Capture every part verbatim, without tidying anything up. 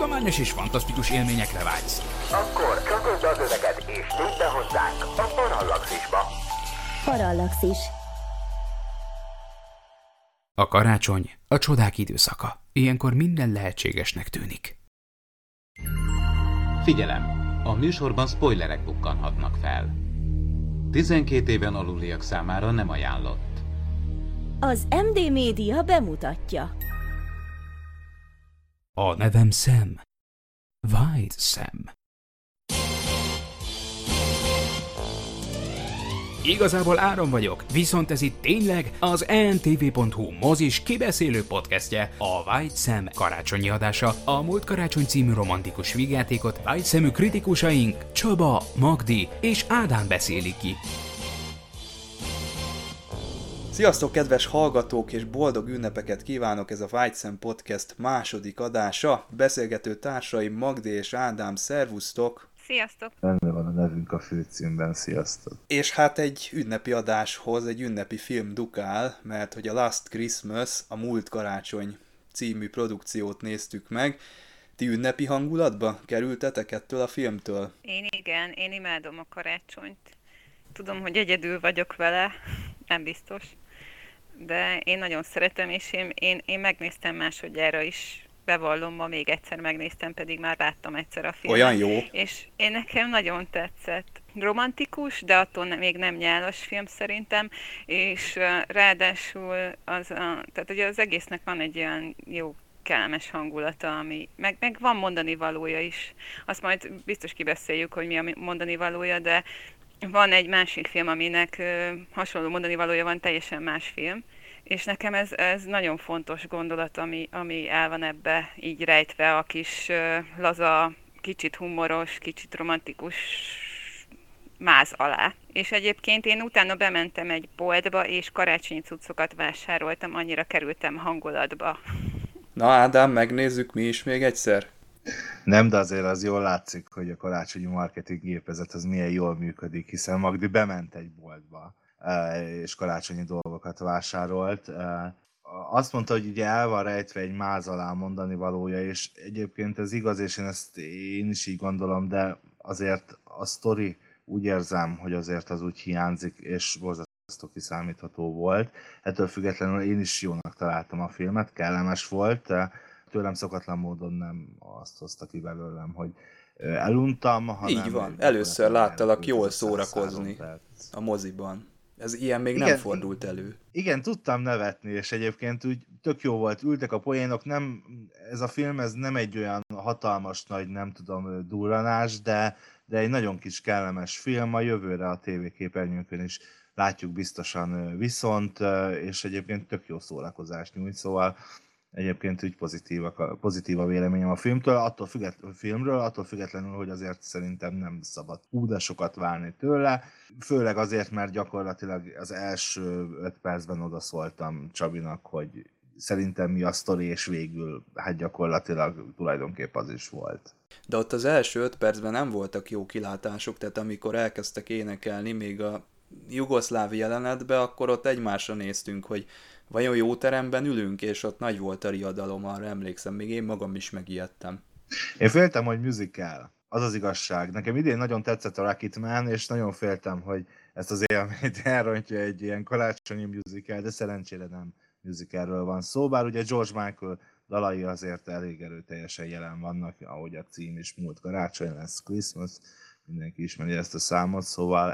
tudományos és fantasztikus élményekre vágysz. Akkor csatold az öveket és tűnj be hozzánk a Parallaxisba. Parallaxis. A karácsony a csodák időszaka. Ilyenkor minden lehetségesnek tűnik. Figyelem! A műsorban spoilerek bukkanhatnak fel. tizenkét éven aluliak számára nem ajánlott. Az em dé Média bemutatja. A nevem Sam. White Sam. Igazából Áron vagyok, viszont ez itt tényleg az e en té vé pont hú mozis kibeszélő podcastje, a White Sam karácsonyi adása. A Múlt Karácsony című romantikus vígjátékot White Samű kritikusaink Csaba, Magdi és Ádám beszélik ki. Sziasztok, kedves hallgatók, és boldog ünnepeket kívánok! Ez a White Sam Podcast második adása. Beszélgető társaim Magdi és Ádám, szervusztok! Sziasztok! Benne van a nevünk a főcímben, sziasztok! És hát egy ünnepi adáshoz egy ünnepi film dukál, mert hogy a Last Christmas, a Múlt Karácsony című produkciót néztük meg. Ti ünnepi hangulatba kerültetek ettől a filmtől? Én igen, én imádom a karácsonyt. Tudom, hogy egyedül vagyok vele, nem biztos, de én nagyon szeretem, és én, én, én megnéztem másodjára is. Bevallom, ma még egyszer megnéztem, pedig már láttam egyszer a filmet. Olyan jó. És én nekem nagyon tetszett. Romantikus, de attól ne, még nem nyálas film szerintem, és uh, ráadásul az, a, tehát ugye az egésznek van egy olyan jó kellemes hangulata, ami, meg, meg van mondani valója is. Azt majd biztos kibeszéljük, hogy mi a mondani valója, de van egy másik film, aminek uh, hasonló mondani valója van, teljesen más film. És nekem ez, ez nagyon fontos gondolat, ami, ami el van ebbe így rejtve, a kis uh, laza, kicsit humoros, kicsit romantikus máz alá. És egyébként én utána bementem egy boltba, és karácsonyi cuccokat vásároltam, annyira kerültem hangulatba. Na Ádám, megnézzük mi is még egyszer? Nem, de azért az jól látszik, hogy a karácsonyi marketing gépezet az milyen jól működik, hiszen Magdi bement egy boltba, és karácsonyi dolgokat vásárolt. Azt mondta, hogy ugye el van rejtve egy máz alá mondani valója, és egyébként ez igaz, és én ezt én is így gondolom, de azért a sztori úgy érzem, hogy azért az úgy hiányzik, és borzasztó kiszámítható volt. Ettől függetlenül én is jónak találtam a filmet, kellemes volt, tőlem szokatlan módon nem azt hozta ki belőlem, hogy eluntam, hanem... Így van, először láttalak jól szórakozni a moziban. Ez ilyen még igen, nem fordult elő. Igen, tudtam nevetni, és egyébként úgy tök jó volt, ültek a poénok, nem, ez a film ez nem egy olyan hatalmas nagy, nem tudom, durranás, de, de egy nagyon kis kellemes film, a jövőre a tévéképernyőnkön is látjuk biztosan viszont, és egyébként tök jó szórakozást nyújt, szóval egyébként úgy pozitív a, pozitív a véleményem a filmtől, attól függetlenül, filmről, attól függetlenül, hogy azért szerintem nem szabad hú de sokat várni tőle, főleg azért, mert gyakorlatilag az első öt percben odaszóltam Csabinak, hogy szerintem mi a sztori, és végül hát gyakorlatilag tulajdonképp az is volt. De ott az első öt percben nem voltak jó kilátások, tehát amikor elkezdtek énekelni még a jugoszláv jelenetbe, akkor ott egymásra néztünk, hogy vajon jó teremben ülünk, és ott nagy volt a riadalom, arra emlékszem, még én magam is megijedtem. Én féltem, hogy musical. Az az igazság. Nekem idén nagyon tetszett a Rocketman, és nagyon féltem, hogy ezt az élményt elrontja egy ilyen karácsonyi musical, de szerencsére nem musicalről van szó, bár ugye George Michael dalai azért elég erőteljesen jelen vannak, ahogy a cím is, múlt karácsony lesz Christmas, mindenki ismeri ezt a számot, szóval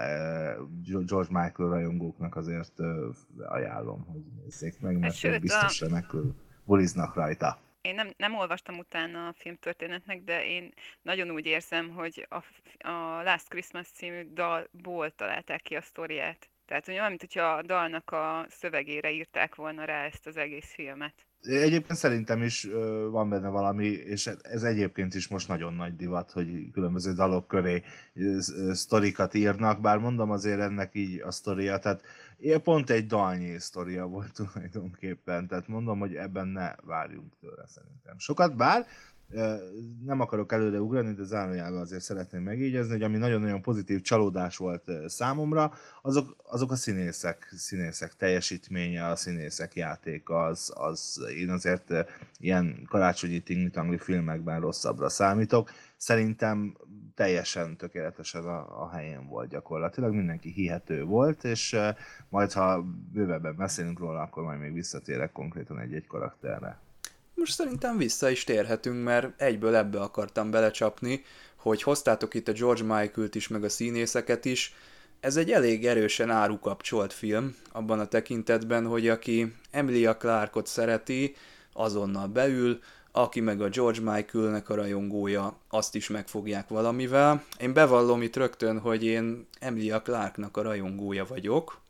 George Michael rajongóknak azért ajánlom, hogy nézzék meg, mert hát, biztos remekül buliznak rajta. Én nem, nem olvastam utána a filmtörténetnek, de én nagyon úgy érzem, hogy a, a Last Christmas című dalból találták ki a sztoriát. Tehát olyan, mint hogyha a dalnak a szövegére írták volna rá ezt az egész filmet. Egyébként szerintem is van benne valami, és ez egyébként is most nagyon nagy divat, hogy különböző dalok köré sztorikat írnak, bár mondom azért ennek így a sztoria, tehát pont egy dalnyi sztoria volt tulajdonképpen, tehát mondom, hogy ebben ne várjunk tőle szerintem sokat, bár Nem akarok előre ugrani, de zárójában azért szeretném megjegyezni, hogy ami nagyon-nagyon pozitív csalódás volt számomra, azok, azok a színészek, színészek teljesítménye, a színészek játéka, az, az én azért ilyen karácsonyi tingli-tangli filmekben rosszabbra számítok. Szerintem teljesen tökéletesen a, a helyén volt gyakorlatilag, mindenki hihető volt, és majd ha bővebben beszélünk róla, akkor majd még visszatérek konkrétan egy-egy karakterre. Most szerintem vissza is térhetünk, mert egyből ebbe akartam belecsapni, hogy hoztátok itt a George Michael-t is, meg a színészeket is. Ez egy elég erősen árukapcsolt film, abban a tekintetben, hogy aki Emilia Clarke-ot szereti, azonnal beül, aki meg a George Michael-nek a rajongója, azt is megfogják valamivel. Én bevallom itt rögtön, hogy én Emilia Clarke-nak a rajongója vagyok,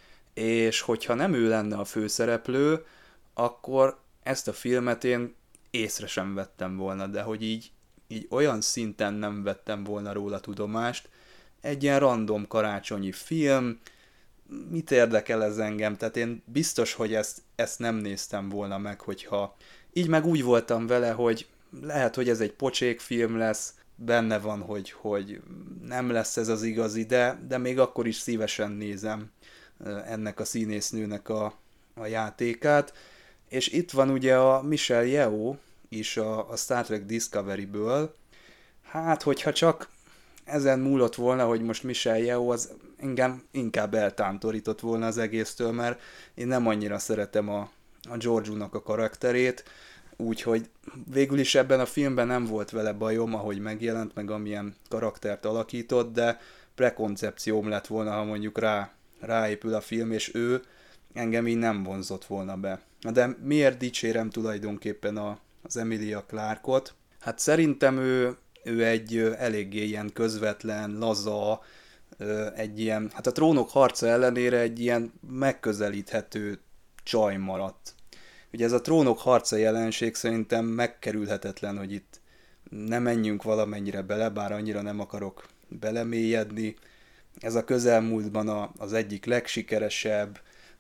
és hogyha nem ő lenne a főszereplő, akkor ezt a filmet én észre sem vettem volna, de hogy így, így olyan szinten nem vettem volna róla tudomást. Egy ilyen random karácsonyi film, mit érdekel ez engem? Tehát én biztos, hogy ezt, ezt nem néztem volna meg, hogyha így meg úgy voltam vele, hogy lehet, hogy ez egy pocsék film lesz, benne van, hogy, hogy nem lesz ez az igazi, de, de még akkor is szívesen nézem ennek a színésznőnek a, a játékát. És itt van ugye a Michelle Yeoh is a, a Star Trek Discovery-ből. Hát, hogyha csak ezen múlott volna, hogy most Michelle Yeoh, az engem inkább eltántorított volna az egésztől, mert én nem annyira szeretem a, a Georgiou-nak a karakterét, úgyhogy végül is ebben a filmben nem volt vele bajom, ahogy megjelent, meg amilyen karaktert alakított, de prekoncepcióm lett volna, ha mondjuk rá, ráépül a film, és ő engem így nem vonzott volna be. De miért dicsérem tulajdonképpen a, az Emilia Clarke-ot? Hát szerintem ő, ő egy eléggé ilyen közvetlen, laza, egy ilyen, hát a Trónok harca ellenére egy ilyen megközelíthető csaj maradt. Ugye ez a Trónok harca jelenség szerintem megkerülhetetlen, hogy itt ne menjünk valamennyire bele, bár annyira nem akarok belemélyedni. Ez a közelmúltban a, az egyik legsikeresebb,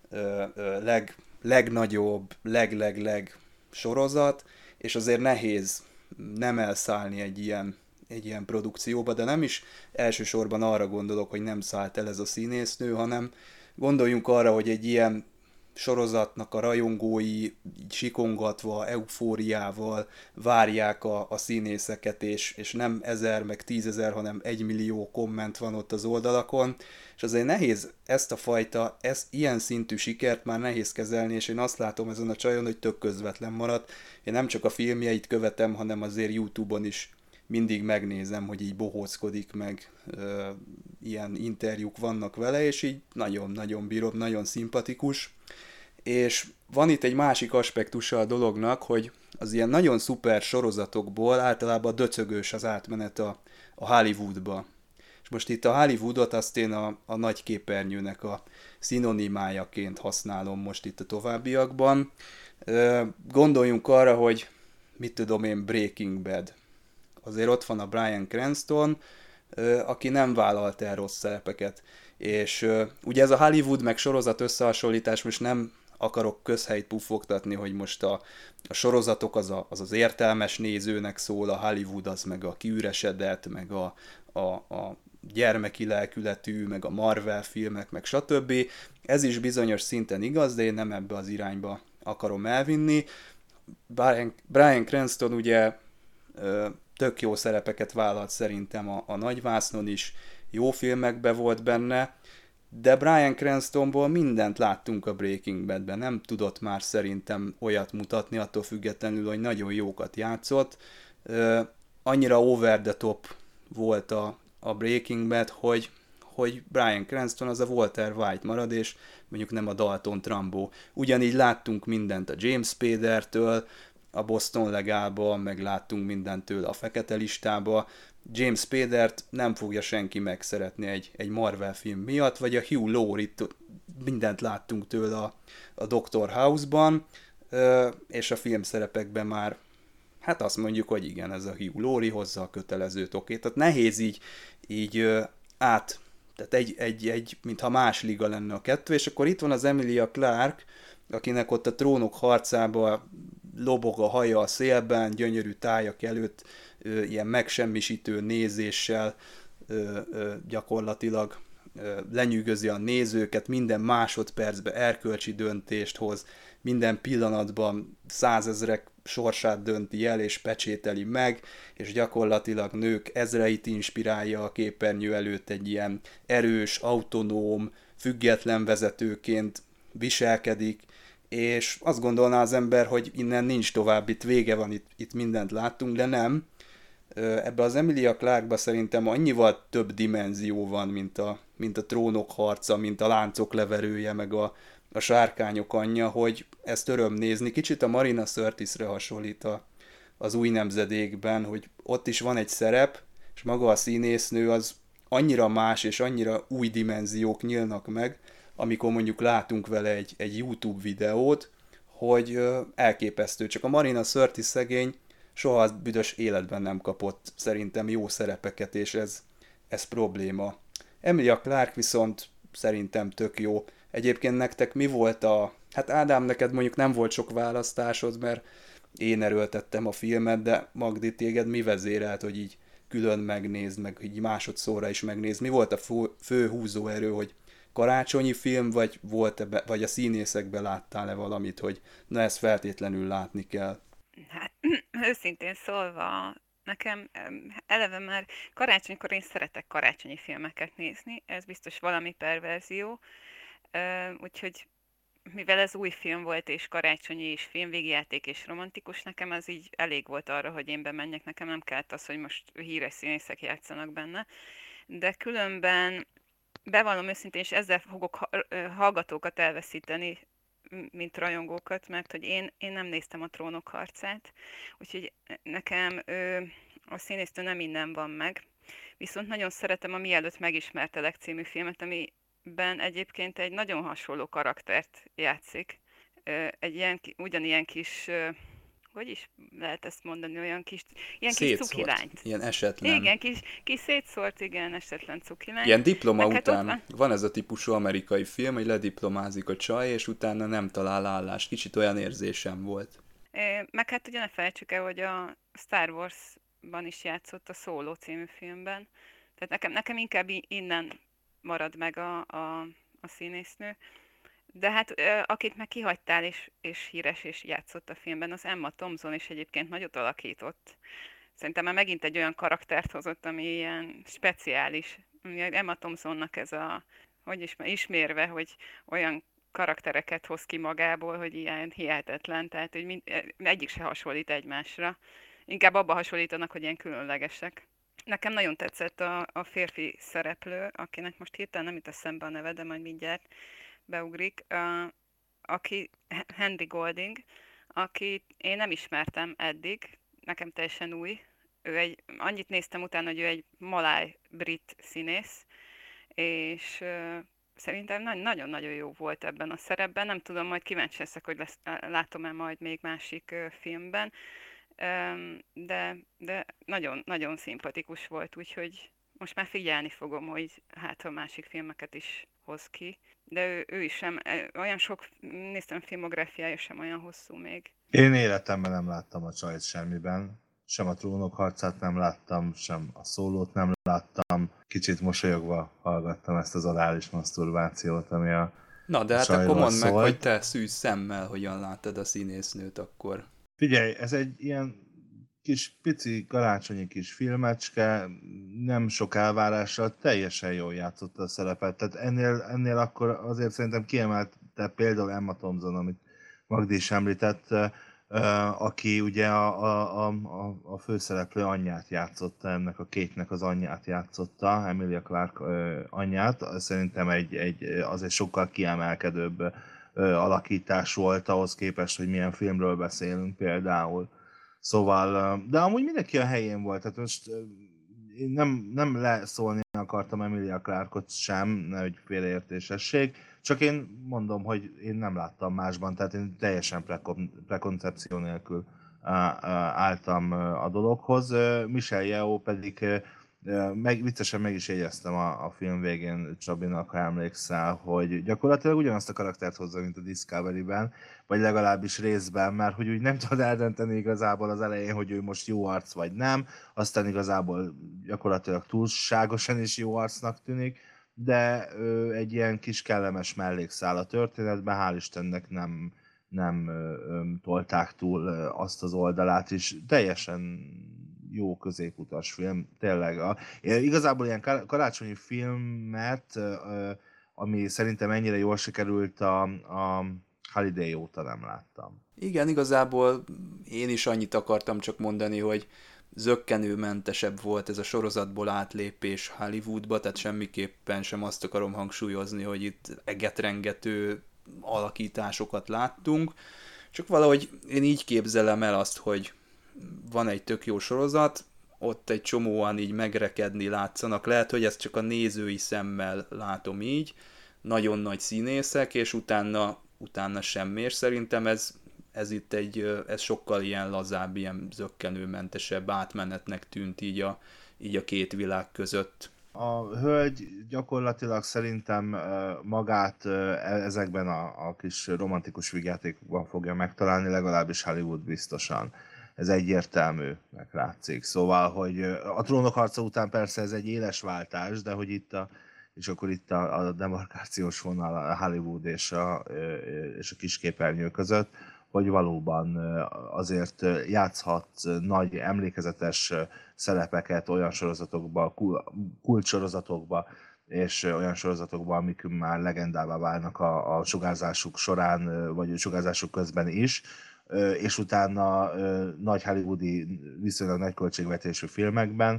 leg, legnagyobb, leg-leg-leg sorozat, és azért nehéz nem elszállni egy ilyen, egy ilyen produkcióba, de nem is elsősorban arra gondolok, hogy nem szállt el ez a színésznő, hanem gondoljunk arra, hogy egy ilyen sorozatnak a rajongói sikongatva, eufóriával várják a, a színészeket, és, és nem ezer, meg tízezer, hanem egymillió komment van ott az oldalakon, és azért nehéz ezt a fajta, ezt, ilyen szintű sikert már nehéz kezelni, és én azt látom ezen a csajon, hogy tök közvetlen maradt. Én nem csak a filmjeit követem, hanem azért YouTube-on is mindig megnézem, hogy így bohóckodik, meg ö, ilyen interjúk vannak vele, és így nagyon-nagyon bírom, nagyon szimpatikus. És van itt egy másik aspektusa a dolognak, hogy az ilyen nagyon szuper sorozatokból általában döcögős az átmenet a, a Hollywoodba. És most itt a Hollywoodot azt én a, a nagy képernyőnek a szinonimájaként használom most itt a továbbiakban. Gondoljunk arra, hogy mit tudom én, Breaking Bad. Azért ott van a Bryan Cranston, aki nem vállalt el rossz szerepeket. És ugye ez a Hollywood meg sorozat összehasonlítás, most nem akarok közhelyt puffogtatni, hogy most a, a sorozatok az, a, az az értelmes nézőnek szól, a Hollywood az meg a kiüresedett, meg a, a, a gyermeki lelkületű, meg a Marvel filmek, meg stb. Ez is bizonyos szinten igaz, de én nem ebbe az irányba akarom elvinni. Bryan, Bryan Cranston ugye tök jó szerepeket vállalt szerintem a, a nagyvásznon is, jó filmekbe volt benne, de Bryan Cranstonból mindent láttunk a Breaking Badben, nem tudott már szerintem olyat mutatni, attól függetlenül, hogy nagyon jókat játszott. Annyira over the top volt a, a Breaking Bad, hogy, hogy Bryan Cranston az a Walter White marad, és mondjuk nem a Dalton Trumbo. Ugyanígy láttunk mindent a James Spadertől, a Boston Legalba, meg láttunk mindentől a Fekete listába. James Spadert nem fogja senki megszeretni egy, egy Marvel film miatt, vagy a Hugh Laurie-t mindent láttunk tőle a, a Doctor House-ban, és a filmszerepekben már, hát azt mondjuk, hogy igen, ez a Hugh Laurie hozza a kötelező tokét. Tehát nehéz így, így át, tehát egy, egy, egy, mintha más liga lenne a kettő, és akkor itt van az Emilia Clarke, akinek ott a Trónok harcába lobog a haja a szélben, gyönyörű tájak előtt, ilyen megsemmisítő nézéssel gyakorlatilag lenyűgözi a nézőket, minden másodpercben erkölcsi döntést hoz, minden pillanatban százezrek sorsát dönti el és pecsételi meg, és gyakorlatilag nők ezreit inspirálja a képernyő előtt egy ilyen erős, autonóm, független vezetőként viselkedik, és azt gondolná az ember, hogy innen nincs tovább, itt vége van, itt, itt mindent láttunk, de nem. Ebbe az Emilia Clarke-ba szerintem annyival több dimenzió van, mint a, mint a Trónok harca, mint a Láncok leverője, meg a, a Sárkányok anyja, hogy ezt öröm nézni. Kicsit a Marina Sirtisre hasonlít a, az Új nemzedékben, hogy ott is van egy szerep, és maga a színésznő az annyira más, és annyira új dimenziók nyílnak meg, amikor mondjuk látunk vele egy, egy YouTube videót, hogy elképesztő. Csak a Marina Sirtis szegény soha az büdös életben nem kapott szerintem jó szerepeket, és ez, ez probléma. Emilia Clarke viszont szerintem tök jó. Egyébként nektek mi volt a... Hát Ádám, neked mondjuk nem volt sok választásod, mert én erőltettem a filmet, de Magdi, téged mi vezérelt, hogy így külön megnézd, meg így másodszorra is megnézd? Mi volt a fő húzóerő, hogy karácsonyi film, vagy, volt ebbe, vagy a színészekben láttál-e valamit, hogy na ezt feltétlenül látni kell? Hát őszintén szólva, nekem eleve már karácsonykor én szeretek karácsonyi filmeket nézni, ez biztos valami perverzió, úgyhogy mivel ez új film volt, és karácsonyi, és filmvégjáték, és romantikus, nekem az így elég volt arra, hogy én bemenjek, nekem nem kellett az, hogy most híres színészek játszanak benne, de különben bevallom őszintén, és ezzel fogok hallgatókat elveszíteni, mint rajongókat, mert hogy én, én nem néztem a Trónok harcát, úgyhogy nekem ö, a színésznő nem innen van meg. Viszont nagyon szeretem a Mielőtt megismertelek című filmet, amiben egyébként egy nagyon hasonló karaktert játszik. Ö, egy ilyen, ugyanilyen kis, ö, hogy is lehet ezt mondani, olyan kis, ilyen kis cukilányt. Ilyen esetlen. Igen, kis, kis szétszórt, igen, esetlen cukilány. Ilyen diploma Meg után hát van ez a típusú amerikai film, hogy lediplomázik a csaj, és utána nem talál állást. Kicsit olyan érzésem volt. Meg hát ugye ne felejtsük el, hogy a Star Wars-ban is játszott a Solo című filmben. Tehát nekem, nekem inkább innen marad meg a, a, a színésznő. De hát akit meg kihagytál és, és híres és játszott a filmben, az Emma Thompson is egyébként nagyot alakított. Szerintem már megint egy olyan karaktert hozott, ami ilyen speciális. Emma Thompsonnak ez a, hogy is ismérve, hogy olyan karaktereket hoz ki magából, hogy ilyen hihetetlen, tehát hogy mind, egyik se hasonlít egymásra. Inkább abba hasonlítanak, hogy ilyen különlegesek. Nekem nagyon tetszett a, a férfi szereplő, akinek most hirtelen nem jut eszembe a neve, de majd mindjárt beugrik, uh, aki Henry Golding, akit én nem ismertem eddig, nekem teljesen új. Ő egy, annyit néztem utána, hogy ő egy maláj-brit színész, és uh, szerintem nagyon-nagyon jó volt ebben a szerepben. Nem tudom, majd kíváncsi leszek, hogy lesz, látom-e majd még másik uh, filmben, um, de, de nagyon, nagyon szimpatikus volt, úgyhogy most már figyelni fogom, hogy hát a másik filmeket is hoz ki. De ő, ő is sem, olyan sok, néztem filmográfiája sem olyan hosszú még. Én életemben nem láttam a csajt semmiben. Sem a Trónok harcát nem láttam, sem a Szólót nem láttam. Kicsit mosolyogva hallgattam ezt az orális maszturbációt, ami a Na, de hát akkor mondd meg, hogy te szűz szemmel hogyan láttad a színésznőt akkor. Figyelj, ez egy ilyen kis pici karácsonyi kis filmecske, nem sok elvárással teljesen jól játszotta a szerepet. Tehát ennél, ennél akkor azért szerintem kiemelte például Emma Thompson, amit Magdi is említett, aki ugye a, a, a, a főszereplő anyját játszotta, ennek a Kate-nek az anyját játszotta, Emilia Clarke anyját. Szerintem egy, egy, az egy sokkal kiemelkedőbb alakítás volt ahhoz képest, hogy milyen filmről beszélünk például. Szóval, de amúgy mindenki a helyén volt, tehát most én nem, nem leszólni akartam Emilia Clarke-ot sem, nehogy félreértésesség, csak én mondom, hogy én nem láttam másban, tehát én teljesen prekon- prekoncepció nélkül álltam a dologhoz. Michelle Yeoh pedig Meg, viccesen meg is jegyeztem a, a film végén Csabinak, ha emlékszel, hogy gyakorlatilag ugyanazt a karaktert hozza, mint a Discovery-ben, vagy legalábbis részben, mert hogy úgy nem tudod eldönteni igazából az elején, hogy ő most jó arc vagy nem, aztán igazából gyakorlatilag túlságosan is jó arcnak tűnik, de ő egy ilyen kis kellemes mellékszál a történetben, hál' Istennek nem, nem ö, ö, tolták túl azt az oldalát is, teljesen jó középutas film, tényleg. A, igazából ilyen karácsonyi filmet, ami szerintem ennyire jól sikerült, a, a Holiday óta nem láttam. Igen, igazából én is annyit akartam csak mondani, hogy zökkenőmentesebb volt ez a sorozatból átlépés Hollywoodba, tehát semmiképpen sem azt akarom hangsúlyozni, hogy itt egetrengető alakításokat láttunk, csak valahogy én így képzelem el azt, hogy van egy tök jó sorozat, ott egy csomóan így megrekedni látszanak, lehet, hogy ezt csak a nézői szemmel látom így, nagyon nagy színészek, és utána, utána semmi, és szerintem ez, ez itt egy, ez sokkal ilyen lazább, ilyen zökkenőmentesebb átmenetnek tűnt így a, így a két világ között. A hölgy gyakorlatilag szerintem magát ezekben a, a kis romantikus vígjátékokban fogja megtalálni, legalábbis Hollywood biztosan. Ez egyértelműnek látszik. Szóval, hogy a Trónok harca után persze ez egy éles váltás, de hogy itt a, és akkor itt a, a demarkációs vonal a Hollywood és a, és a kisképernyő között, hogy valóban azért játszhat nagy emlékezetes szerepeket olyan sorozatokba, kulcssorozatokba, és olyan sorozatokba, amik már legendává válnak a, a sugárzásuk során, vagy sugárzásuk közben is, és utána nagy hollywoodi, viszonylag nagy költségvetésű filmekben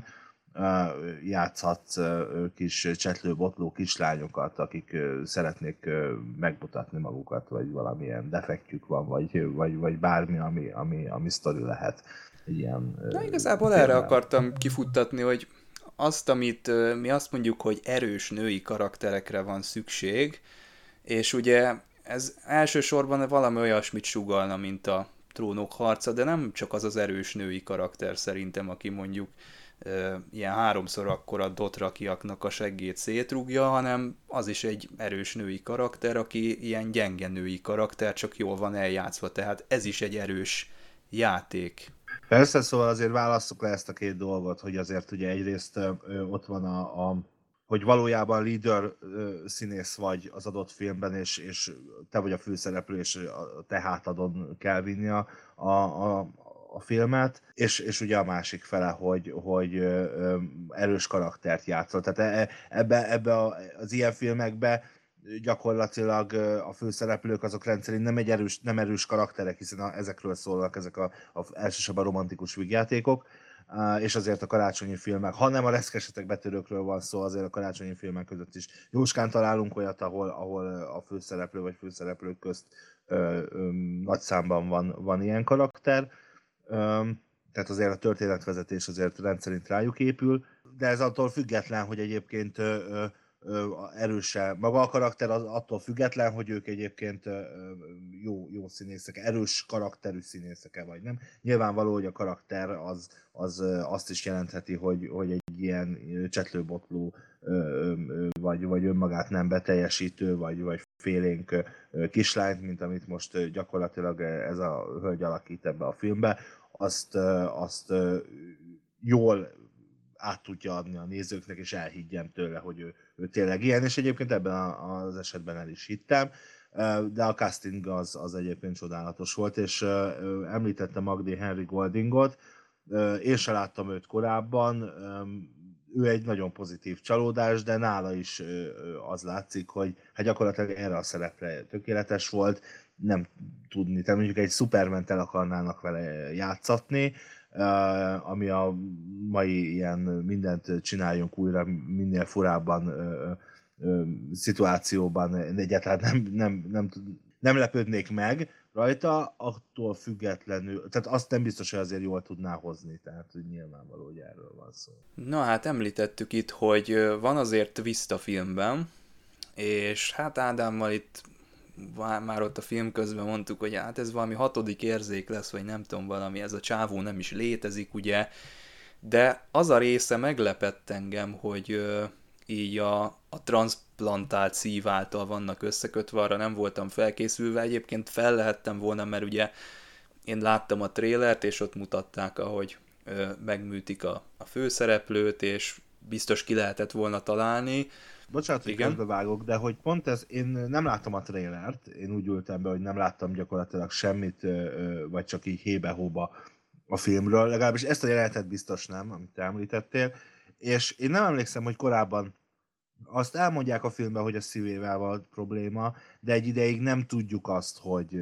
játszhat kis csetlő-botló kislányokat, akik szeretnék megmutatni magukat, vagy valamilyen defektjük van, vagy, vagy, vagy bármi, ami, ami, ami sztori lehet. Ilyen, Na igazából filmmel. Erre akartam kifuttatni, hogy azt, amit mi azt mondjuk, hogy erős női karakterekre van szükség, és ugye ez elsősorban valami olyasmit sugallna, mint a Trónok harca, de nem csak az az erős női karakter szerintem, aki mondjuk e, ilyen háromszor akkora dothrakiaknak a seggét szétrugja, hanem az is egy erős női karakter, aki ilyen gyenge női karakter, csak jól van eljátszva, tehát ez is egy erős játék. Persze, szóval azért válasszuk le ezt a két dolgot, hogy azért ugye egyrészt ö, ott van a, a hogy valójában leader ö, színész vagy az adott filmben, és, és te vagy a főszereplő, és a te hátadon kell vinni a, a, a filmet, és, és ugye a másik fele, hogy, hogy ö, erős karaktert játszol. Tehát ebbe, ebbe a, az ilyen filmekbe gyakorlatilag a főszereplők azok rendszerint nem egy erős, nem erős karakterek, hiszen a, ezekről szólnak ezek a, a elsősorban romantikus vígjátékok, és azért a karácsonyi filmek, ha nem a reszkesetek betörőkről van szó, azért a karácsonyi filmek között is jóskán találunk olyat, ahol, ahol a főszereplő vagy főszereplők közt ö, ö, nagy számban van, van ilyen karakter. Ö, tehát azért a történetvezetés azért rendszerint rájuk épül, de ez attól független, hogy egyébként ö, ö, erőse maga a karakter, az attól független, hogy ők egyébként jó, jó színészek, erős karakterű színészek vagy nem. Nyilvánvaló, hogy a karakter az, az azt is jelentheti, hogy, hogy egy ilyen csetlőbotló vagy, vagy önmagát nem beteljesítő, vagy, vagy félénk kislányt, mint amit most gyakorlatilag ez a hölgy alakít ebbe a filmbe, azt, azt jól át tudja adni a nézőknek, és elhiggyem tőle, hogy ő, ő tényleg ilyen, és egyébként ebben az esetben el is hittem, de a casting az, az egyébként csodálatos volt, és említette Magdi Henry Goldingot, én se láttam őt korábban, ő egy nagyon pozitív csalódás, de nála is az látszik, hogy hát gyakorlatilag erre a szerepre tökéletes volt, nem tudni, tehát mondjuk egy Superman-t el akarnának vele játszatni, Uh, ami a mai ilyen mindent csináljunk újra, minél furábban uh, uh, szituációban egyáltalán nem, nem, nem, nem lepődnék meg rajta, attól függetlenül, tehát azt nem biztos, hogy azért jól tudná hozni, tehát hogy nyilvánvaló, hogy erről van szó. Na hát említettük itt, hogy van azért twist a filmben, és hát Ádámmal itt már ott a film közben mondtuk, hogy hát ez valami hatodik érzék lesz, vagy nem tudom, valami, ez a csávó nem is létezik, ugye, de az a része meglepett engem, hogy ö, így a, a transplantált szív által vannak összekötve, arra nem voltam felkészülve, egyébként fel lehettem volna, mert ugye én láttam a trélert, és ott mutatták, ahogy ö, megműtik a, a főszereplőt, és biztos ki lehetett volna találni. Bocsánat, hogy közbevágok, de hogy pont ez, én nem láttam a trélert, én úgy ültem be, hogy nem láttam gyakorlatilag semmit, vagy csak így hébe-hóba a filmről, legalábbis ezt a jelenetet biztos nem, amit te említettél, és én nem emlékszem, hogy korábban azt elmondják a filmben, hogy a szívével van probléma, de egy ideig nem tudjuk azt, hogy,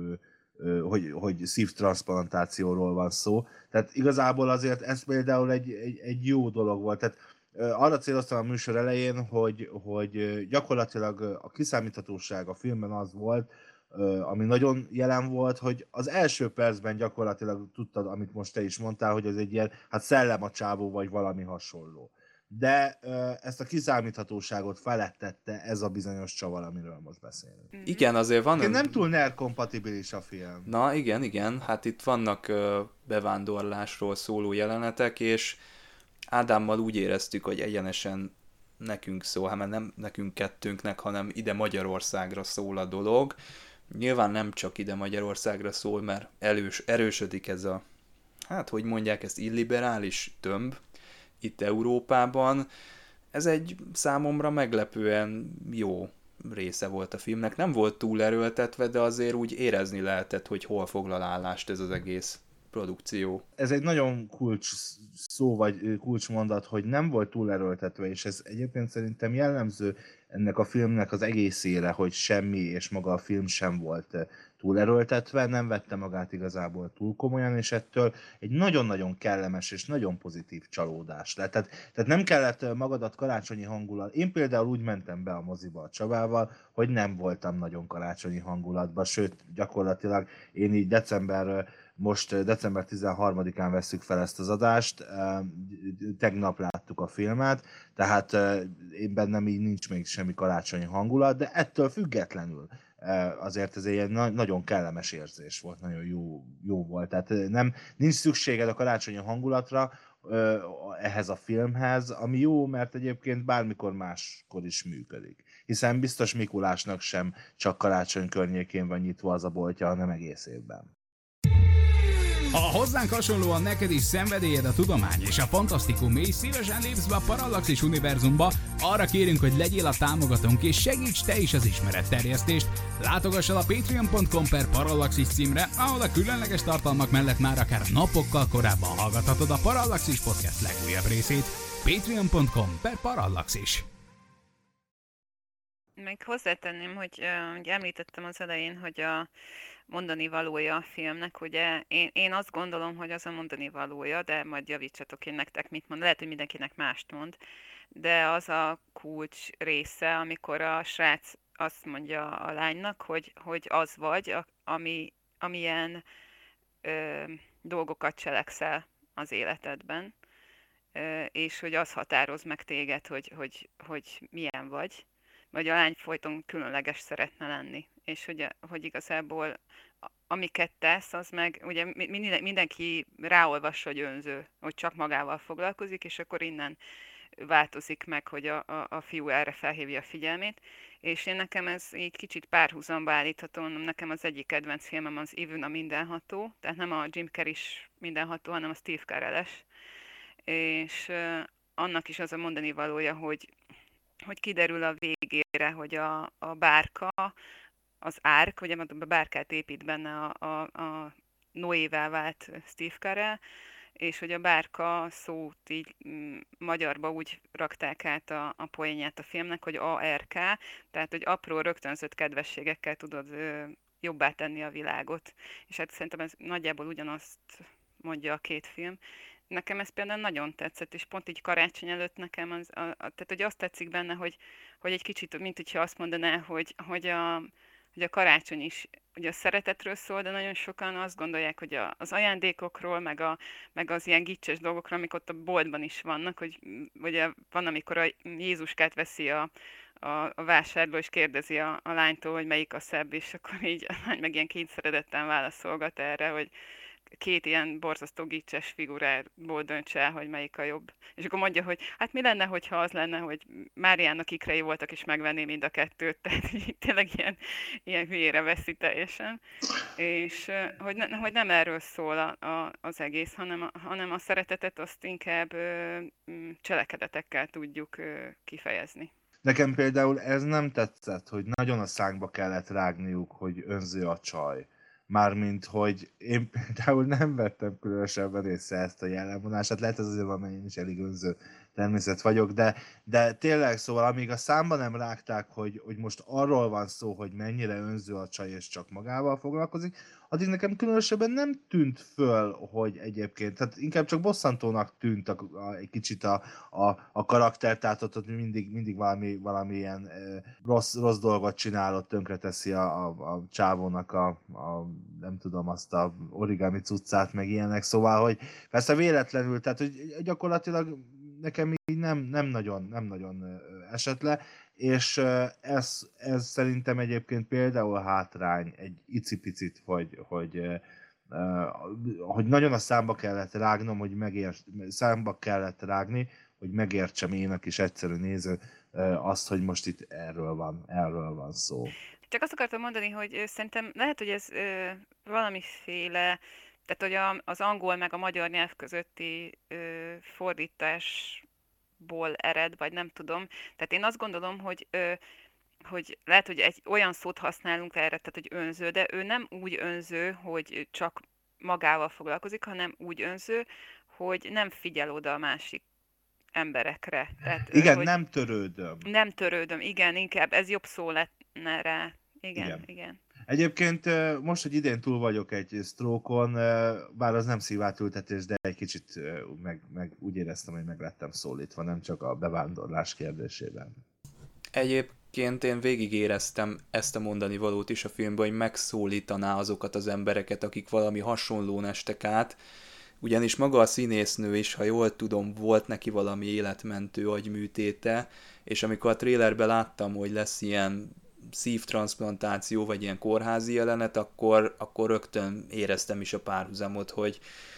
hogy, hogy szívtranszplantációról van szó. Tehát igazából azért ez például egy, egy, egy jó dolog volt. Tehát arra céloztam a műsor elején, hogy, hogy gyakorlatilag a kiszámíthatóság a filmben az volt, ami nagyon jelen volt, hogy az első percben gyakorlatilag tudtad, amit most te is mondtál, hogy ez egy ilyen, hát szellem a csávó, vagy valami hasonló. De ezt a kiszámíthatóságot felettette ez a bizonyos csavar, amiről most beszélünk. Igen, azért van... Én nem túl nerd-kompatibilis a film. Na igen, igen, hát itt vannak bevándorlásról szóló jelenetek, és Ádámmal úgy éreztük, hogy egyenesen nekünk szól, hát nem nekünk kettőnknek, hanem ide Magyarországra szól a dolog. Nyilván nem csak ide Magyarországra szól, mert elős, erősödik ez a, hát hogy mondják ezt, illiberális tömb itt Európában. Ez egy számomra meglepően jó része volt a filmnek. Nem volt túl erőltetve, de azért úgy érezni lehetett, hogy hol foglal állást ez az egész produkció. Ez egy nagyon kulcs szó, vagy kulcsmondat, hogy nem volt túl erőltetve, és ez egyébként szerintem jellemző ennek a filmnek az egészére, hogy semmi, és maga a film sem volt túl erőltetve, nem vette magát igazából túl komolyan, és ettől egy nagyon-nagyon kellemes és nagyon pozitív csalódás lett. Tehát, tehát nem kellett magadat karácsonyi hangulat. Én például úgy mentem be a moziba a Csabával, hogy nem voltam nagyon karácsonyi hangulatban, sőt, gyakorlatilag én így december Most december tizenharmadikán vesszük fel ezt az adást, tegnap láttuk a filmet, tehát én bennem így nincs még semmi karácsonyi hangulat, de ettől függetlenül azért ez egy nagyon kellemes érzés volt, nagyon jó, jó volt. Tehát nem, nincs szükséged a karácsonyi hangulatra ehhez a filmhez, ami jó, mert egyébként bármikor máskor is működik. Hiszen biztos Mikulásnak sem csak karácsony környékén van nyitva az a boltja, hanem egész évben. Ha hozzánk hasonlóan neked is szenvedélyed a tudomány és a fantasztikum, és szívesen lépsz be a Parallaxis univerzumba, arra kérünk, hogy legyél a támogatónk és segíts te is az ismeretterjesztést. Látogass el a patreon pont com per Parallaxis címre, ahol a különleges tartalmak mellett már akár napokkal korábban hallgathatod a Parallaxis podcast legújabb részét. patreon pont com per Parallaxis. Meg hozzátenném, hogy uh, ugye említettem az elején, hogy a mondani valója a filmnek, ugye én, én azt gondolom, hogy az a mondani valója, de majd javítsatok én nektek mit mond, lehet, hogy mindenkinek mást mond, de az a kulcs része, amikor a srác azt mondja a lánynak, hogy, hogy az vagy, a, ami, amilyen ö, dolgokat cselekszel az életedben, ö, és hogy az határoz meg téged, hogy, hogy, hogy milyen vagy, vagy a lány folyton különleges szeretne lenni, és hogy, hogy igazából amiket tesz, az meg, ugye mindenki ráolvas, hogy önző, hogy csak magával foglalkozik, és akkor innen változik meg, hogy a, a, a fiú erre felhívja a figyelmét, és én nekem ez így kicsit párhuzamba állítható, nekem az egyik kedvenc filmem az Even a mindenható, tehát nem a Jim Carrey-s mindenható, hanem a Steve Carell-es, és uh, annak is az a mondani valója, hogy hogy kiderül a végére, hogy a, a bárka, az árk, ugye a bárkát épít benne a, a, a Noével vált Steve Carell, és hogy a bárka szót így m, magyarba úgy rakták át a, a poénját a filmnek, hogy á er ká, tehát hogy apró rögtönzött kedvességekkel tudod ö, jobbá tenni a világot. És hát szerintem ez nagyjából ugyanazt mondja a két film. Nekem ez például nagyon tetszett, és pont így karácsony előtt nekem az, a, a, tehát hogy azt tetszik benne, hogy, hogy egy kicsit, mint hogyha azt mondaná, hogy, hogy, a, hogy a karácsony is ugye a szeretetről szól, de nagyon sokan azt gondolják, hogy a, az ajándékokról, meg, a, meg az ilyen gicses dolgokról, amik ott a boltban is vannak, hogy ugye van, amikor a Jézuskát veszi a, a, a vásárló, és kérdezi a, a lánytól, hogy melyik a szebb, és akkor így a lány meg ilyen kényszeredetten válaszolgat erre, hogy két ilyen borzasztó gicses figurából döntse el, hogy melyik a jobb. És akkor mondja, hogy hát mi lenne, hogyha az lenne, hogy Máriának ikrei voltak, és megvenné mind a kettőt, tehát így tényleg ilyen, ilyen hülyére veszi teljesen. És hogy, ne, hogy nem erről szól a, a, az egész, hanem a, hanem a szeretetet azt inkább ö, cselekedetekkel tudjuk ö, kifejezni. Nekem például ez nem tetszett, hogy nagyon a szánkba kellett rágniuk, hogy önző a csaj. Mármint, hogy én például nem vettem különösebben észre ezt a jellemvonását, lehet ez azért van, mert én is elég önző természet vagyok, de, de tényleg szóval, amíg a számba nem rágták, hogy, hogy most arról van szó, hogy mennyire önző a csaj és csak magával foglalkozik, addig nekem különösebben nem tűnt föl, hogy egyébként, tehát inkább csak bosszantónak tűnt a, a, egy kicsit a, a, a karakter, tehát ott, ott mindig, mindig valami, valami ilyen e, rossz, rossz dolgot csinálott, tönkreteszi a, a, a csávónak a, a, nem tudom, azt a origami cuccát, meg ilyenek, szóval, hogy persze véletlenül, tehát hogy gyakorlatilag nekem így nem, nem, nagyon, nem nagyon esett le, és ez, ez szerintem egyébként például hátrány egy icipicit, hogy, hogy, hogy nagyon a számba kellett rágnom, hogy megért, számba kellett rágni, hogy megértsem én a kis egyszerű néző azt, hogy most itt erről van, erről van szó. Csak azt akartam mondani, hogy szerintem lehet, hogy ez ö, valamiféle, tehát hogy a, az angol meg a magyar nyelv közötti ö, fordításból ered, vagy nem tudom. Tehát én azt gondolom, hogy, ö, hogy lehet, hogy egy olyan szót használunk erre, tehát hogy önző, de ő nem úgy önző, hogy csak magával foglalkozik, hanem úgy önző, hogy nem figyel oda a másik emberekre. Tehát, igen, hogy nem törődöm. Nem törődöm, igen, inkább ez jobb szó lenne rá. Igen, igen, igen. Egyébként most, hogy idén túl vagyok egy stroke-on, bár az nem szívátültetés, de egy kicsit meg, meg úgy éreztem, hogy meg lettem szólítva, nem csak a bevándorlás kérdésében. Egyébként én végig éreztem ezt a mondani valót is a filmben, hogy megszólítaná azokat az embereket, akik valami hasonlón estek át, ugyanis maga a színésznő is, ha jól tudom, volt neki valami életmentő agyműtéte, és amikor a trailerben láttam, hogy lesz ilyen szívtranszplantáció, vagy ilyen kórházi jelenet, akkor, akkor rögtön éreztem is a párhuzamot, hogy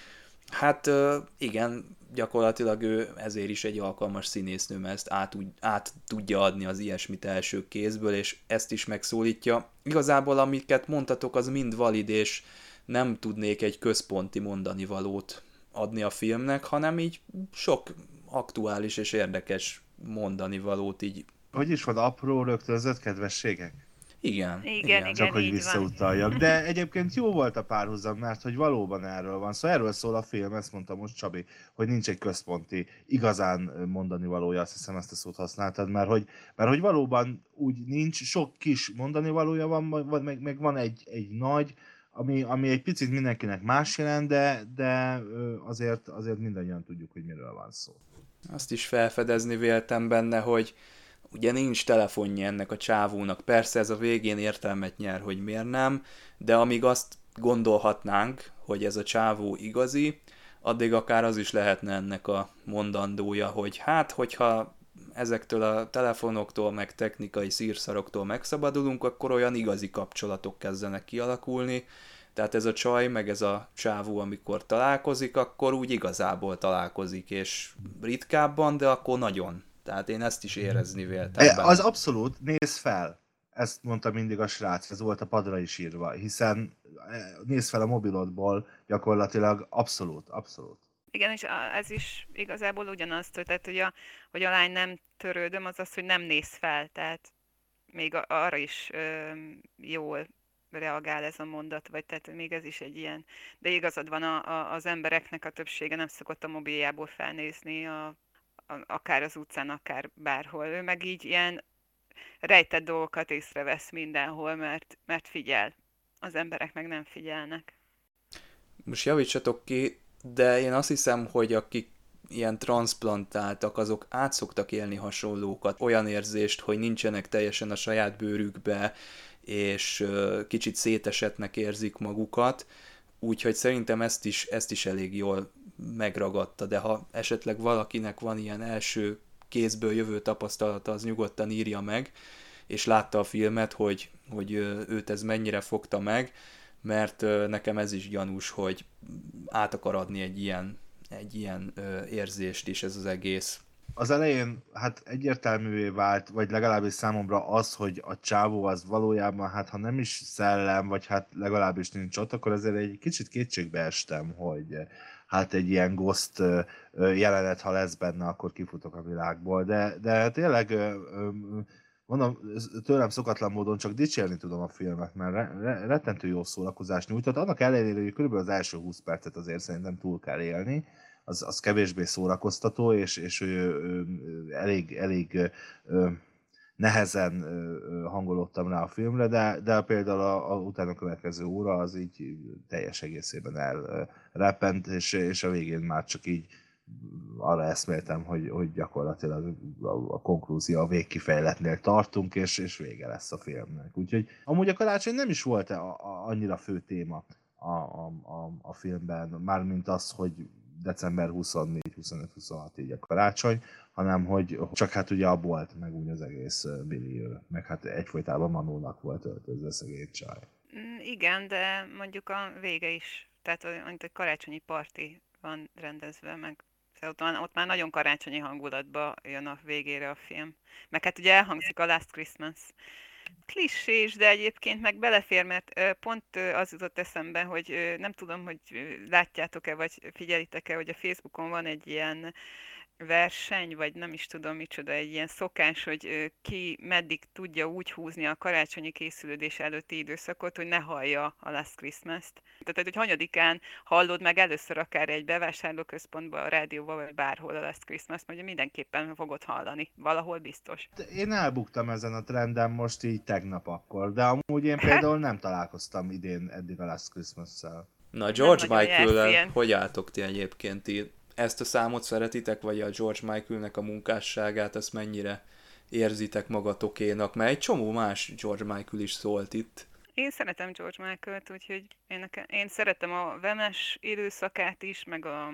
hát igen, gyakorlatilag ő ezért is egy alkalmas színésznő, mert ezt át, át tudja adni az ilyesmit első kézből, és ezt is megszólítja. Igazából amiket mondtatok, az mind valid, és nem tudnék egy központi mondani valót adni a filmnek, hanem így sok aktuális és érdekes mondani valót így. Hogy is van, apró rögtönzött kedvességek? Igen, igen, igen. igen, csak hogy így visszautaljak. van. De egyébként jó volt a párhuzam, mert hogy valóban erről van. Szóval erről szól a film, ezt mondta most Csabi, hogy nincs egy központi, igazán mondani valója, azt hiszem ezt a szót használtad, mert hogy, mert hogy valóban úgy nincs, sok kis mondani valója van, meg, meg van egy, egy nagy, ami, ami egy picit mindenkinek más jelent, de, de azért, azért mindannyian tudjuk, hogy miről van szó. Azt is felfedezni véltem benne, hogy ugye nincs telefonja ennek a csávónak, persze ez a végén értelmet nyer, hogy miért nem, de amíg azt gondolhatnánk, hogy ez a csávó igazi, addig akár az is lehetne ennek a mondandója, hogy hát, hogyha ezektől a telefonoktól, meg technikai szírszaroktól megszabadulunk, akkor olyan igazi kapcsolatok kezdenek kialakulni, tehát ez a csaj, meg ez a csávó, amikor találkozik, akkor úgy igazából találkozik, és ritkábban, de akkor nagyon. Tehát én ezt is érezni véltem benne. Az abszolút, nézz fel! Ezt mondta mindig a srác, ez volt a padra is írva, hiszen nézz fel a mobilodból, gyakorlatilag abszolút, abszolút. Igen, és ez is igazából ugyanaz, tehát hogy a, hogy a lány nem törődöm, az az, hogy nem néz fel, tehát még arra is ö, jól reagál ez a mondat, vagy tehát még ez is egy ilyen, de igazad van, a, a, az embereknek a többsége nem szokott a mobiljából felnézni, a, a, akár az utcán, akár bárhol. Ő meg így ilyen rejtett dolgokat észrevesz mindenhol, mert, mert figyel. Az emberek meg nem figyelnek. Most javítsatok ki, de én azt hiszem, hogy akik ilyen transzplantáltak, azok át szoktak élni hasonlókat, olyan érzést, hogy nincsenek teljesen a saját bőrükbe, és kicsit szétesettnek érzik magukat, úgyhogy szerintem ezt is, ezt is elég jól megragadta, de ha esetleg valakinek van ilyen első kézből jövő tapasztalata, az nyugodtan írja meg, és látta a filmet, hogy, hogy őt ez mennyire fogta meg, mert ö, nekem ez is gyanús, hogy át akar adni egy ilyen, egy ilyen ö, érzést is ez az egész. Az elején hát egyértelművé vált, vagy legalábbis számomra az, hogy a csávó az valójában, hát ha nem is szellem, vagy hát legalábbis nincs ott, akkor azért egy kicsit kétségbe estem, hogy hát egy ilyen ghost jelenet, ha lesz benne, akkor kifutok a világból. De, de tényleg, mondom, tőlem szokatlan módon csak dicsérni tudom a filmet, mert rettentő jó szórakozást nyújtott. Annak ellenére, hogy körülbelül az első húsz percet azért szerintem túl kell élni, az, az kevésbé szórakoztató, és, és ő, ő, elég, elég ő, nehezen hangolódtam rá a filmre, de, de például a, a utána következő óra az így teljes egészében elreppent, és, és a végén már csak így arra eszméltem, hogy, hogy gyakorlatilag a, a konklúzió, a végkifejletnél tartunk, és, és vége lesz a filmnek. Úgyhogy amúgy a karácsony nem is volt a, a, annyira fő téma a, a, a, a filmben, mármint az, hogy december huszonnégy, huszonöt, huszonhat így a karácsony, hanem hogy csak hát ugye a bolt, meg úgy az egész millió, meg hát egyfolytában Manónak volt öltözve szegény csaj. Igen, de mondjuk a vége is, tehát mint egy karácsonyi parti van rendezve, meg ott, van, ott már nagyon karácsonyi hangulatba jön a végére a film. Meg hát ugye elhangzik a Last Christmas. Klissés, de egyébként meg belefér, mert pont az jutott eszembe, hogy nem tudom, hogy látjátok-e, vagy figyelitek-e, hogy a Facebookon van egy ilyen verseny, vagy nem is tudom micsoda, egy ilyen szokás, hogy ki meddig tudja úgy húzni a karácsonyi készülődés előtti időszakot, hogy ne hallja a Last Christmas-t. Tehát, hogy hanyadikán hallod meg először akár egy bevásárlóközpontban, a rádióban, vagy bárhol a Last Christmas-t, hogy mindenképpen fogod hallani. Valahol biztos. Én elbuktam ezen a trenden most így tegnap akkor, de amúgy én például nem találkoztam idén eddig a Last Christmas-szel. Na, George Michael-el hogy álltok ti egyébként így? Ezt a számot szeretitek, vagy a George Michaelnek a munkásságát, ezt mennyire érzitek magatokénak? Mert egy csomó más George Michael is szólt itt. Én szeretem George Michaelt, úgyhogy én, nekem, én szeretem a vemes időszakát is, meg a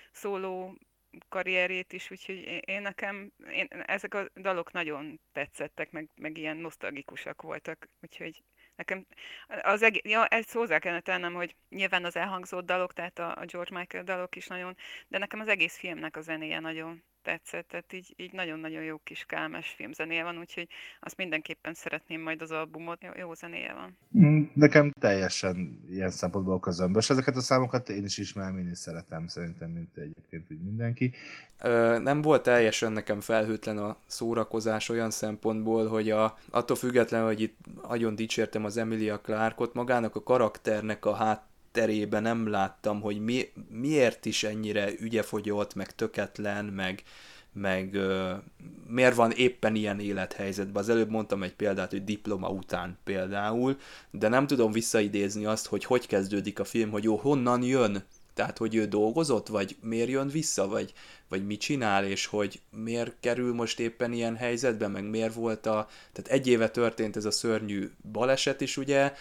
szóló karrierét is, úgyhogy én nekem, én, ezek a dalok nagyon tetszettek, meg, meg ilyen nosztalgikusak voltak, úgyhogy nekem az egész, ja, ezt hozzá kellene tennem, hogy nyilván az elhangzott dalok, tehát a, a George Michael dalok is nagyon, de nekem az egész filmnek a zenéje nagyon tetszett, tehát így, így nagyon-nagyon jó kis kálmás filmzenéje van, úgyhogy azt mindenképpen szeretném majd az albumot, jó, jó zenéje van. Nekem teljesen ilyen szempontból közömbös. Ezeket a számokat én is ismerem, én is szeretem, szerintem, mint egyébként úgy mindenki. Ö, nem volt teljesen nekem felhőtlen a szórakozás olyan szempontból, hogy a, attól függetlenül, hogy itt nagyon dicsértem az Emilia Clarke-ot, magának a karakternek a hát terében nem láttam, hogy mi, miért is ennyire ügyefogyott, meg töketlen, meg, meg uh, miért van éppen ilyen élethelyzetben. Az előbb mondtam egy példát, hogy diploma után például, de nem tudom visszaidézni azt, hogy hogy kezdődik a film, hogy jó, honnan jön, tehát hogy ő dolgozott, vagy miért jön vissza, vagy, vagy mit csinál, és hogy miért kerül most éppen ilyen helyzetben, meg miért volt a... Tehát egy éve történt ez a szörnyű baleset is, ugye,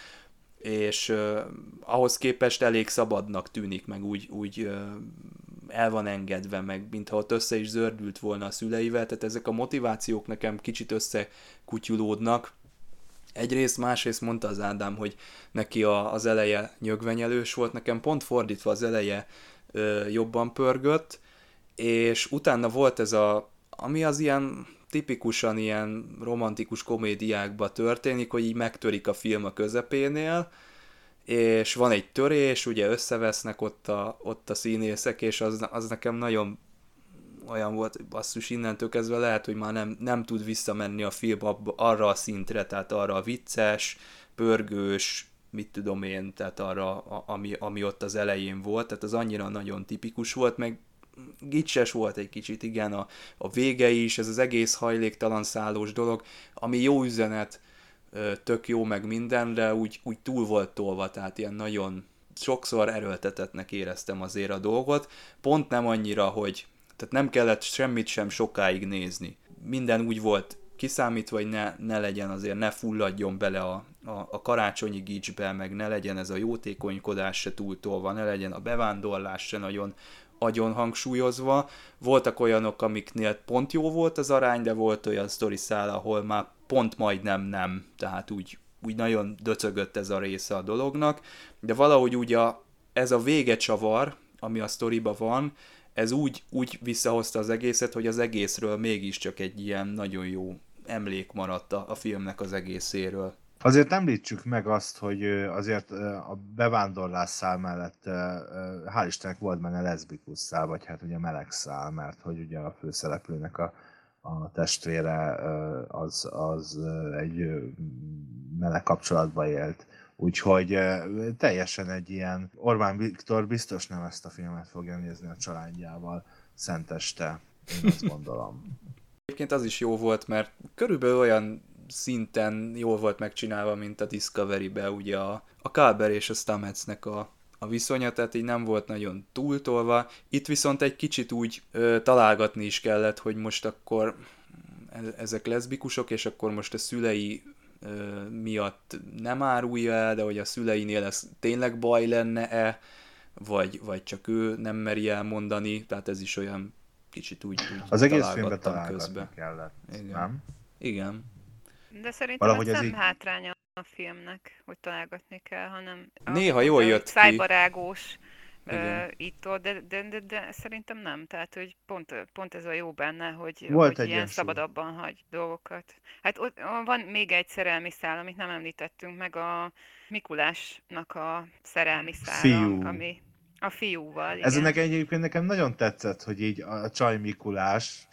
és uh, ahhoz képest elég szabadnak tűnik, meg úgy, úgy uh, el van engedve, meg mintha ott össze is zördült volna a szüleivel, tehát ezek a motivációk nekem kicsit összekutyulódnak. Egyrészt, másrészt mondta az Ádám, hogy neki a, az eleje nyögvenyelős volt, nekem pont fordítva az eleje uh, jobban pörgött, és utána volt ez a, ami az ilyen tipikusan ilyen romantikus komédiákban történik, hogy így megtörik a film a közepénél, és van egy törés, ugye összevesznek ott a, ott a színészek, és az, az nekem nagyon olyan volt, hogy basszus, innentől kezdve lehet, hogy már nem, nem tud visszamenni a film abba, arra a szintre, tehát arra a vicces, pörgős, mit tudom én, tehát arra, ami, ami ott az elején volt, tehát az annyira nagyon tipikus volt, meg gicses volt egy kicsit, igen, a, a vége is, ez az egész hajléktalan szállós dolog, ami jó üzenet, tök jó meg minden, de úgy, úgy túl volt tolva, tehát ilyen nagyon sokszor erőltetettnek éreztem azért a dolgot, pont nem annyira, hogy tehát nem kellett semmit sem sokáig nézni. Minden úgy volt kiszámítva, hogy ne, ne legyen azért, ne fulladjon bele a, a, a karácsonyi gicsbe, meg ne legyen ez a jótékonykodás se túltolva, ne legyen a bevándorlás se nagyon agyon hangsúlyozva. Voltak olyanok, amiknél pont jó volt az arány, de volt olyan sztoriszál, ahol már pont majdnem nem, tehát úgy úgy nagyon döcögött ez a része a dolognak, de valahogy úgy a, ez a végecsavar, ami a sztoriba van, ez úgy, úgy visszahozta az egészet, hogy az egészről mégiscsak egy ilyen nagyon jó emlék maradt a, a filmnek az egészéről. Azért említsük meg azt, hogy azért a bevándorlás szál mellett hál' Istennek volt benne leszbikus szál, vagy hát ugye meleg szál, mert hogy ugye a főszereplőnek a, a testvére az, az egy meleg kapcsolatba élt. Úgyhogy teljesen egy ilyen, Orbán Viktor biztos nem ezt a filmet fogja nézni a családjával szenteste, én azt gondolom. Egyébként az is jó volt, mert körülbelül olyan szinten jól volt megcsinálva, mint a Discovery-be, ugye a, a Culber és a Stametsnek a, a viszonya, tehát így nem volt nagyon túltolva. Itt viszont egy kicsit úgy ö, találgatni is kellett, hogy most akkor ezek leszbikusok, és akkor most a szülei ö, miatt nem árulja el, de hogy a szüleinél ez tényleg baj lenne-e, vagy, vagy csak ő nem meri elmondani, tehát ez is olyan kicsit úgy, úgy az egész filmben találgatni közben kellett, igen. Nem? Igen. De szerintem valahogy ez ez nem így... hátránya a filmnek, hogy találgatni kell, hanem néha jól jött ki. Szájbarágós uh, itt de, de, de, de szerintem nem. Tehát, hogy pont, pont ez a jó benne, hogy, volt hogy ilyen egyensúly. szabadabban hagy dolgokat. Hát ott van még egy szerelmi szál, amit nem említettünk, meg a Mikulásnak a szerelmi szála, Fiú. ami a fiúval. Ez igen. nekem egyébként nekem nagyon tetszett, hogy így a Csaj Mikulás,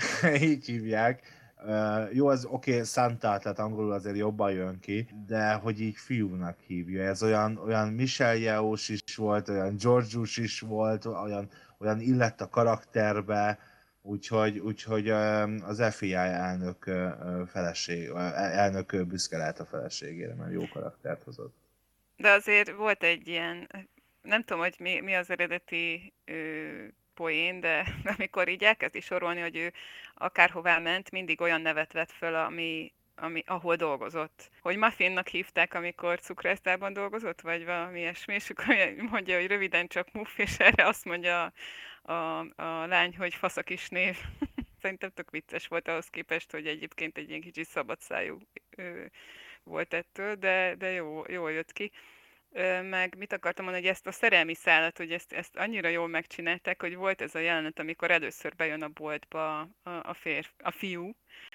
így hívják. Uh, jó, ez oké, okay, Santa, tehát angolul azért jobban jön ki, de hogy így fiúnak hívja. Ez olyan, olyan Michelle Yeohs is volt, olyan Georgius is volt, olyan, olyan illett a karakterbe, úgyhogy, úgyhogy um, az ef i i elnök uh, feleség, elnök büszke lehet a feleségére, mert jó karaktert hozott. De azért volt egy ilyen, nem tudom, hogy mi, mi az eredeti ö, poén, de amikor így elkezdi sorolni, hogy ő akárhová ment, mindig olyan nevet vett föl, ami, ami, ahol dolgozott. Hogy Muffinnak hívták, amikor cukrásztában dolgozott, vagy valami ilyesmi, és akkor mondja, hogy röviden csak Muff, és erre azt mondja a, a, a lány, hogy fasz a kis név. Szerintem tök vicces volt ahhoz képest, hogy egyébként egy ilyen kicsi szabadszájú ö, volt ettől, de, de jó, jól jött ki. Meg mit akartam mondani, hogy ezt a szerelmi szállat, hogy ezt, ezt annyira jól megcsinálták, hogy volt ez a jelenet, amikor először bejön a boltba a, a, férf, a fiú,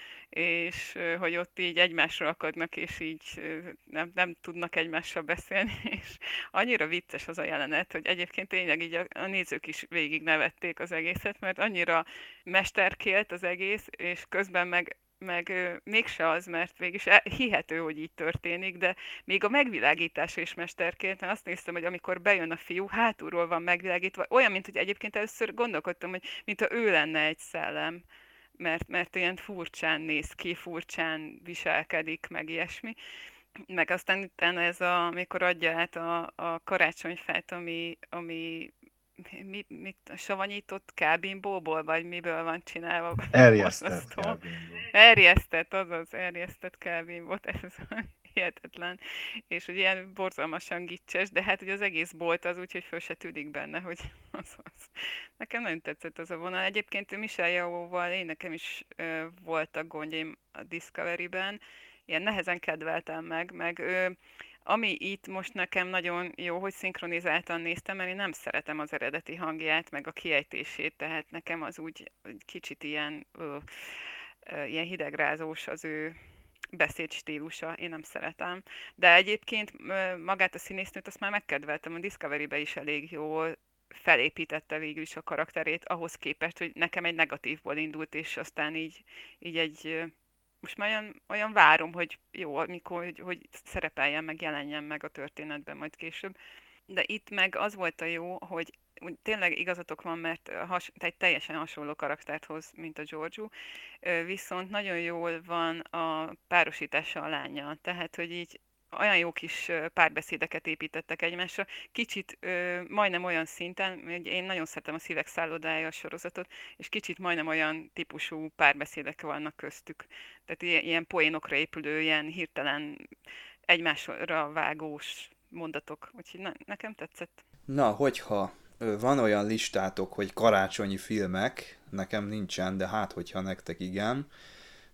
és hogy ott így egymásra akadnak, és így nem, nem tudnak egymással beszélni, és annyira vicces az a jelenet, hogy egyébként tényleg így a, a nézők is végig nevették az egészet, mert annyira mesterkélt az egész, és közben meg meg ö, mégse az, mert végig hihető, hogy így történik, de még a megvilágítása is mesterként. Én azt néztem, hogy amikor bejön a fiú, hátulról van megvilágítva, olyan, mint hogy egyébként először gondolkodtam, hogy mintha ő lenne egy szellem, mert, mert ilyen furcsán néz ki, furcsán viselkedik, meg ilyesmi. Meg aztán utána ez, a, amikor adja át a, a karácsonyfát, ami, ami mit, mit savanyított kábinbóból, vagy miből van csinálva? Erjesztett kábinból. Erjesztett, azaz, erjesztett kábinbót, ez hihetetlen. És ugye ilyen borzalmasan gicses, de hát ugye az egész bolt az úgy, hogy föl se tűnik benne, hogy az az. Nekem nagyon tetszett az a vonal. Egyébként Michelle Yeohval én nekem is ö, voltak gondjaim a Discovery-ben, ilyen nehezen kedveltem meg, meg ö, ami itt most nekem nagyon jó, hogy szinkronizáltan néztem, mert én nem szeretem az eredeti hangját, meg a kiejtését, tehát nekem az úgy kicsit ilyen, ö, ö, ilyen hidegrázós az ő beszédstílusa, én nem szeretem. De egyébként ö, magát a színésznőt azt már megkedveltem, a Discovery-be is elég jól felépítette végül is a karakterét, ahhoz képest, hogy nekem egy negatívból indult, és aztán így, így egy... most már olyan, olyan várom, hogy jó, amikor, hogy, hogy szerepeljen meg, jelenjen meg a történetben majd később. De itt meg az volt a jó, hogy tényleg igazatok van, mert has, egy teljesen hasonló karaktert hoz, mint a Georgiou, viszont nagyon jól van a párosítása a lánnyal. Tehát, hogy így olyan jó kis párbeszédeket építettek egymásra, kicsit ö, majdnem olyan szinten, hogy én nagyon szeretem a Szívek szállodája sorozatot, és kicsit majdnem olyan típusú párbeszédek vannak köztük. Tehát ilyen, ilyen poénokra épülő, ilyen hirtelen egymásra vágós mondatok. Úgyhogy na, nekem tetszett. Na, hogyha van olyan listátok, hogy karácsonyi filmek, nekem nincsen, de hát hogyha nektek igen,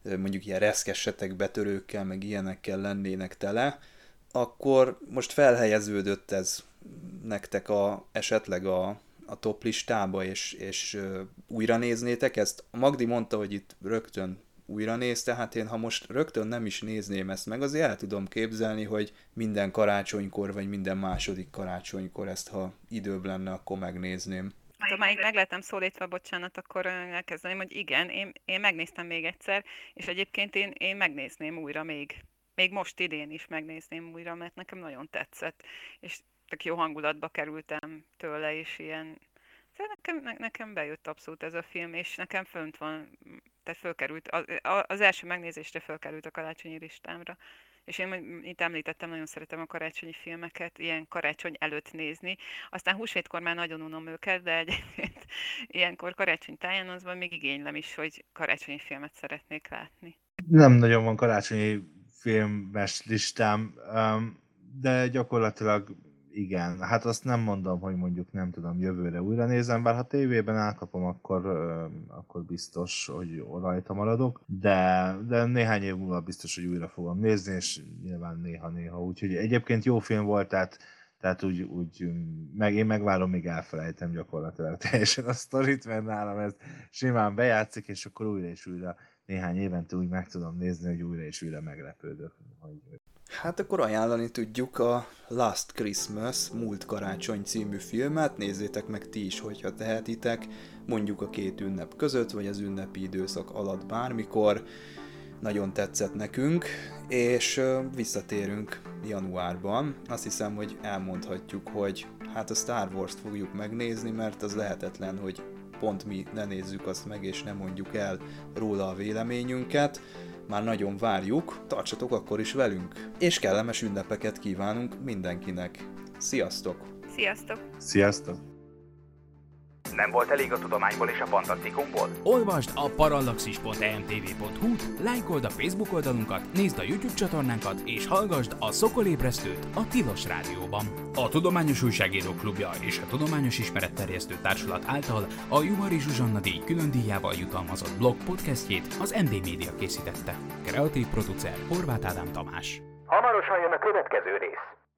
mondjuk ilyen reszkesetek, betörőkkel, meg ilyenekkel lennének tele, akkor most felhelyeződött ez nektek a, esetleg a, a top listába, és, és uh, újra néznétek ezt? A Magdi mondta, hogy itt rögtön újra néz, tehát én ha most rögtön nem is nézném ezt meg, azért el tudom képzelni, hogy minden karácsonykor, vagy minden második karácsonykor ezt, ha időbb lenne, akkor megnézném. Ha már meg lettem szólítva, bocsánat, akkor elkezdeném, hogy igen, én, én megnéztem még egyszer, és egyébként én, én megnézném újra még. Még most idén is megnézném újra, mert nekem nagyon tetszett, és tök jó hangulatba kerültem tőle, és ilyen... Nekem, ne, nekem bejött abszolút ez a film, és nekem fönt van, tehát fölkerült, az, az első megnézésre fölkerült a karácsonyi listámra. És én itt említettem, nagyon szeretem a karácsonyi filmeket, ilyen karácsony előtt nézni. Aztán húsvétkor már nagyon unom őket, de egyébként ilyenkor karácsony táján azban még igénylem is, hogy karácsonyi filmet szeretnék látni. Nem nagyon van karácsonyi filmes listám, de gyakorlatilag igen. Hát azt nem mondom, hogy mondjuk nem tudom, jövőre újra nézem, bár ha tévében elkapom, akkor, akkor biztos, hogy rajta maradok, de, de néhány év múlva biztos, hogy újra fogom nézni, és nyilván néha-néha. Úgyhogy egyébként jó film volt, tehát, tehát úgy, úgy meg, én megvárom, még elfelejtem gyakorlatilag teljesen a sztorit, mert nálam ez simán bejátszik, és akkor újra és újra néhány évente úgy meg tudom nézni, hogy újra és újra meglepődök. Hogy... Hát akkor ajánlani tudjuk a Last Christmas, Múlt Karácsony című filmet, nézzétek meg ti is, hogyha tehetitek, mondjuk a két ünnep között, vagy az ünnepi időszak alatt bármikor. Nagyon tetszett nekünk, és visszatérünk januárban. Azt hiszem, hogy elmondhatjuk, hogy hát a Star Wars-t fogjuk megnézni, mert az lehetetlen, hogy pont mi ne nézzük azt meg, és ne mondjuk el róla a véleményünket. Már nagyon várjuk, tartsatok akkor is velünk, és kellemes ünnepeket kívánunk mindenkinek. Sziasztok! Sziasztok! Sziasztok! Nem volt elég a tudományból és a fantasztikumból? Olvasd a parallaxis pont e m t v pont h u-t, lájkold a Facebook oldalunkat, nézd a YouTube csatornánkat, és hallgasd a Szokolébresztőt a Tilos Rádióban. A Tudományos Újságírók Klubja és a Tudományos Ismeretterjesztő Társulat által a Juhari Zsuzsanna díj külön díjával jutalmazott blog podcastjét az em dé Média készítette. Kreatív producer Horváth Ádám Tamás. Hamarosan jön a következő rész.